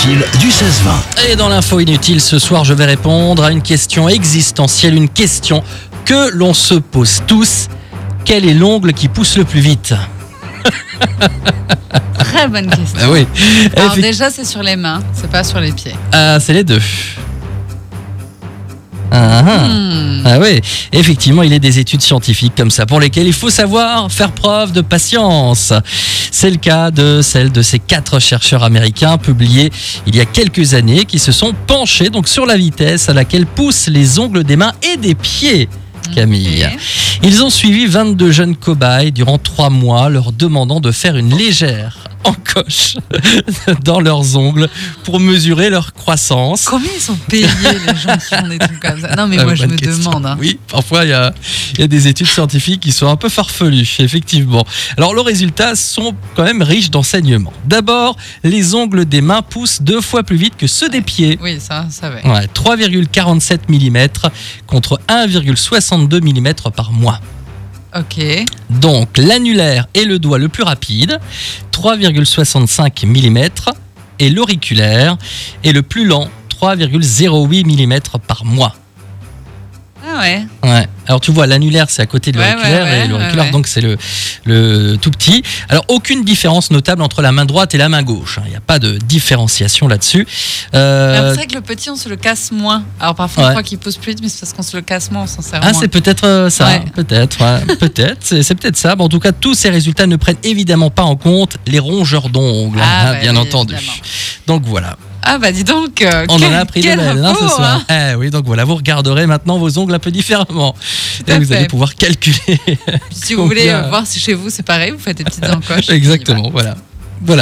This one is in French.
inutile du 16-20. Et dans l'info inutile, ce soir, je vais répondre à une question existentielle, une question que l'on se pose tous. Quel est l'ongle qui pousse le plus vite ? Très bonne question. Oui. Alors déjà, c'est sur les mains, c'est pas sur les pieds. C'est les deux. Ah oui, effectivement, il y a des études scientifiques comme ça pour lesquelles il faut savoir faire preuve de patience. C'est le cas de celle de ces 4 chercheurs américains publiés il y a quelques années qui se sont penchés donc sur la vitesse à laquelle poussent les ongles des mains et des pieds. Camille. Okay. Ils ont suivi 22 jeunes cobayes durant 3 mois, leur demandant de faire une légère encoche dans leurs ongles pour mesurer leur croissance. Combien ils sont payés les gens qui font des trucs comme ça ? Non mais moi je me demande. Hein. Oui, parfois il y a des études scientifiques qui sont un peu farfelues, effectivement. Alors leurs résultats sont quand même riches d'enseignements. D'abord, les ongles des mains poussent 2 fois plus vite que ceux des pieds. Oui, ça va. Ouais, 3,47 mm contre 1,62 mm par mois. Ok. Donc l'annulaire est le doigt le plus rapide, 3,65 mm, et l'auriculaire est le plus lent, 3,08 mm par mois. Ah ouais. Ouais. Alors tu vois, l'annulaire c'est à côté de l'auriculaire et l'auriculaire donc c'est le tout petit. Alors aucune différence notable entre la main droite et la main gauche. Il n'y a pas de différenciation là-dessus. C'est vrai que le petit on se le casse moins. Alors parfois on croit qu'il pousse plus vite, mais c'est parce qu'on se le casse moins, on s'en sert moins. Ah c'est peut-être ça, peut-être, c'est peut-être ça. Bon, en tout cas, tous ces résultats ne prennent évidemment pas en compte les rongeurs d'ongles, bien entendu. Évidemment. Donc voilà. Ah bah dis donc, on en a appris de belles info, ce soir. Oui, donc voilà, vous regarderez maintenant vos ongles un peu différemment. Et vous allez pouvoir calculer. Si vous voulez voir si chez vous c'est pareil, vous faites des petites encoches. Exactement, voilà.